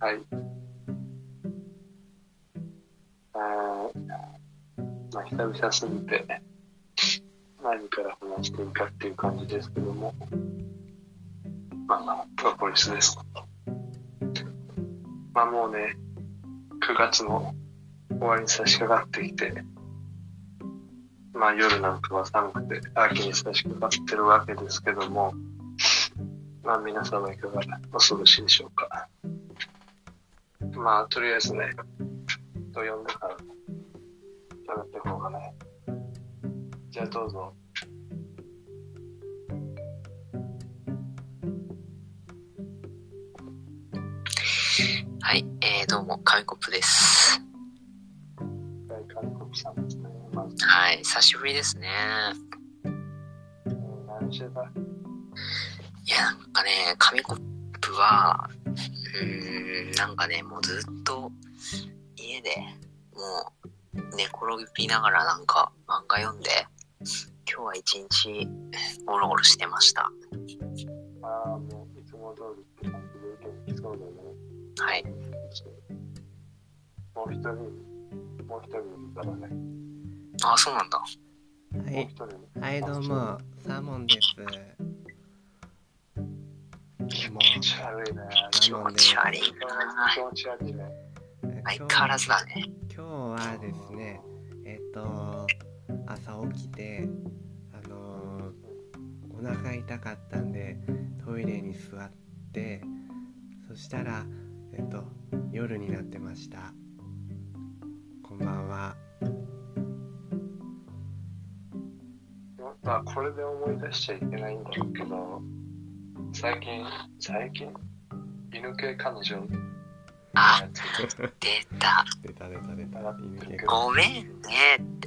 はい。久々すぎて何から話していいかっていう感じですけども、プロポリスです。もうね、9月の終わりに差し掛かってきて、夜なんかは寒くて秋に差し掛かってるわけですけども、皆様いかがお過ごしでしょうか。とりあえずね、と呼んでから喋っていこうかね。じゃあどうぞ。 はい、どうも、紙コップです。 はい、紙コップさんですね。 はい、久しぶりですね。 何してた？ いや、なんかね、紙コップは、なんかね、もうずっと家でもう寝転びながらなんか漫画読んで、今日は一日ゴロゴロしてました。 もういつも通りって感じで元気そうだね。 はい。 もう一人いるからね。 あ、そうなんだ。 はい、どうも、サーモンです。 気持ち悪いね。 気持ち悪いな。 気持ち悪いね。 相変わらずだね。 今日はですね、朝起きて、お腹痛かったんでトイレに座って、そしたら夜になってました。こんばんは。 これで思い出しちゃいけないんだろうけど、最近犬系彼女出たごめんねって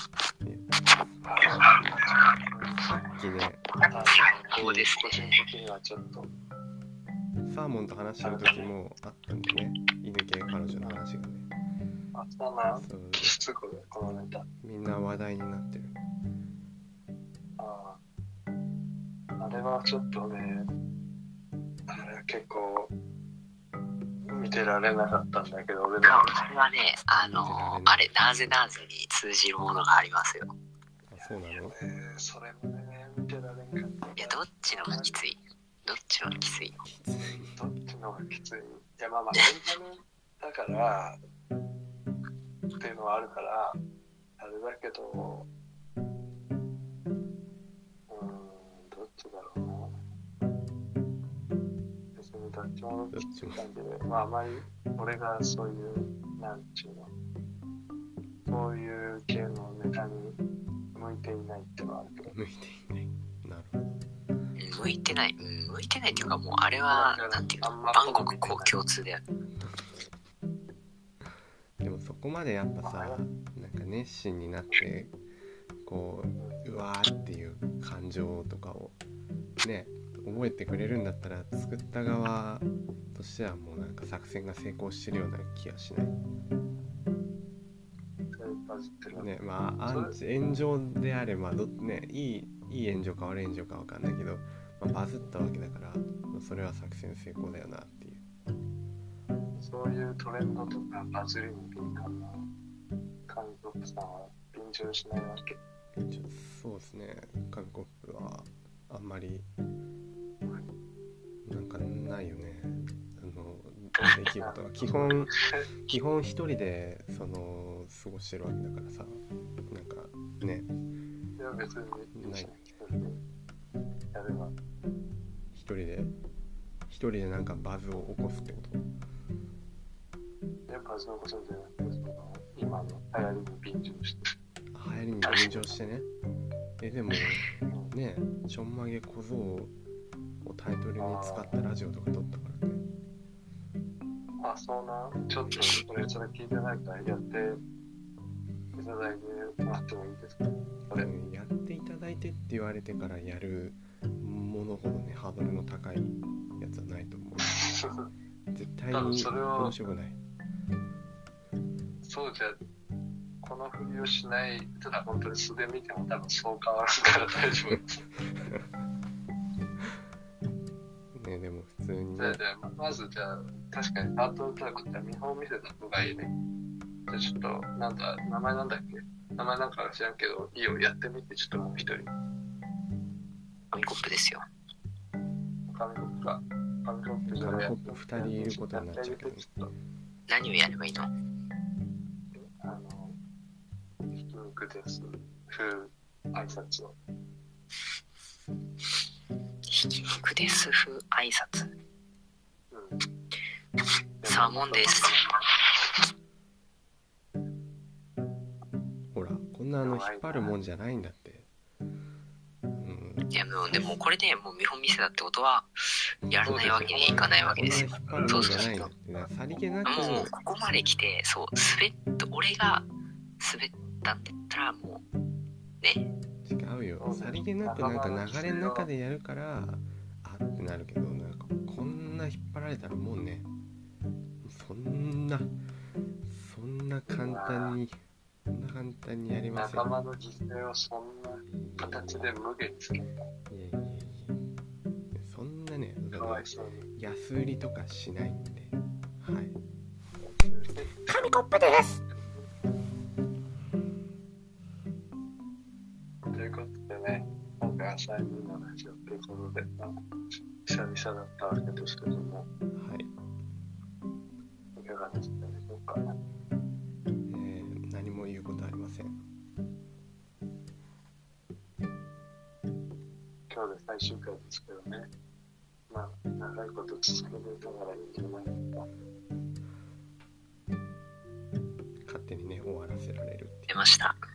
さっきね、 そうですね。 個人的にはちょっとサーモンと話してる時もあったんでね、犬系彼女の話がね。 そうしつこでこのネタみんな話題になってる。 あれはちょっとね、結構見てられなかったんだけど、俺も。 それはね、あれ、なぜに通じるものがありますよ。 あ、そうなの？ それもね、見てられんかった。 いや、どっちのがきついの？ どっちのがきつい？いや、メンタルだからっていうのはあるから、あれだけど、どっちだろうな。別にどっちもきつい感じで、あまり俺がそういう、なんちゅうの、そういう系のネタに向いていないってのはあるけど。 向いていない。なるほど。 向いてないっていうか、もうあれはなんていうの、万国共通である。 でもそこまでやっぱさ、なんか熱心になってこうわーっていう感情とかをね覚えてくれるんだったら、作った側としてはもうなんか作戦が成功してるような気がしない？ね、炎上であればね、いい炎上か悪い炎上か分かんないけど、バズったわけだから、それは作戦成功だよなっていう。 そういうトレンドとかバズりに敏感な韓国さんは便乗しないわけ？ そうですね、韓国はあんまりなんかないよね、出来事が基本一人で過ごしてるわけだからさ、なんかね。 いや別にない。 やれば一人でなんかバズを起こすってこと？ バズを起こすんじゃなくて、今の流行りに便乗して。 流行りに便乗してね。でもね、ちょんまげ小僧をタイトルに使ったラジオとか撮ったからね。 そうな。ちょっと俺それ聞いてないからやっていただいてもらってもいいですか？ やっていただいてって言われてからやるものほどね、ハードルの高いやつはないと思う。絶対に面白くない。 そうじゃ、このふりをしないただ本当に素で見ても多分そう変わるから大丈夫です。 ね、でも普普通にね。 じゃあまずじゃあ、確かにパートタークって見本見せた方がいいね。じゃあちょっと、なんだ、名前なんだっけ、名前なんか知らんけど、いいよ、やってみて、ちょっともう一人。 紙コップですよ。 紙コップか。紙コップじゃない。 紙コップ2人いることになっちゃうけどね。 何をやればいいの？ ひき肉です。風挨拶を。 ひき肉です風挨拶。 うん。 サーモンです。 ほら、こんな引っ張るもんじゃないんだって。 いやもうでもこれでもう見本見せたってことはやらないわけにいかないわけですよ。 こんな引っ張るもんじゃないんだって。だからさりげなく。 もうここまで来て、そう俺が滑ったんだったらもうね。 違うよ。さりげなくなんか流れの中でやるからあってなるけど、なんかこんな引っ張られたらもうね、そんな簡単にやりません。 仲間の犠牲をそんな形で無限にするんだ。 いやそんなね、 かわいそうに。 安売りとかしないんで。はい。 紙コップです。 ということでね、今回は3人の話をということで、久々だったわけですけども、 はい。 いかがでしたでしょうか。 何も言うことありません。 今日で最終回ですけどね、まあ長いこと続けていたならいいんじゃないですか。 勝手にね終わらせられるっていう。 出ました。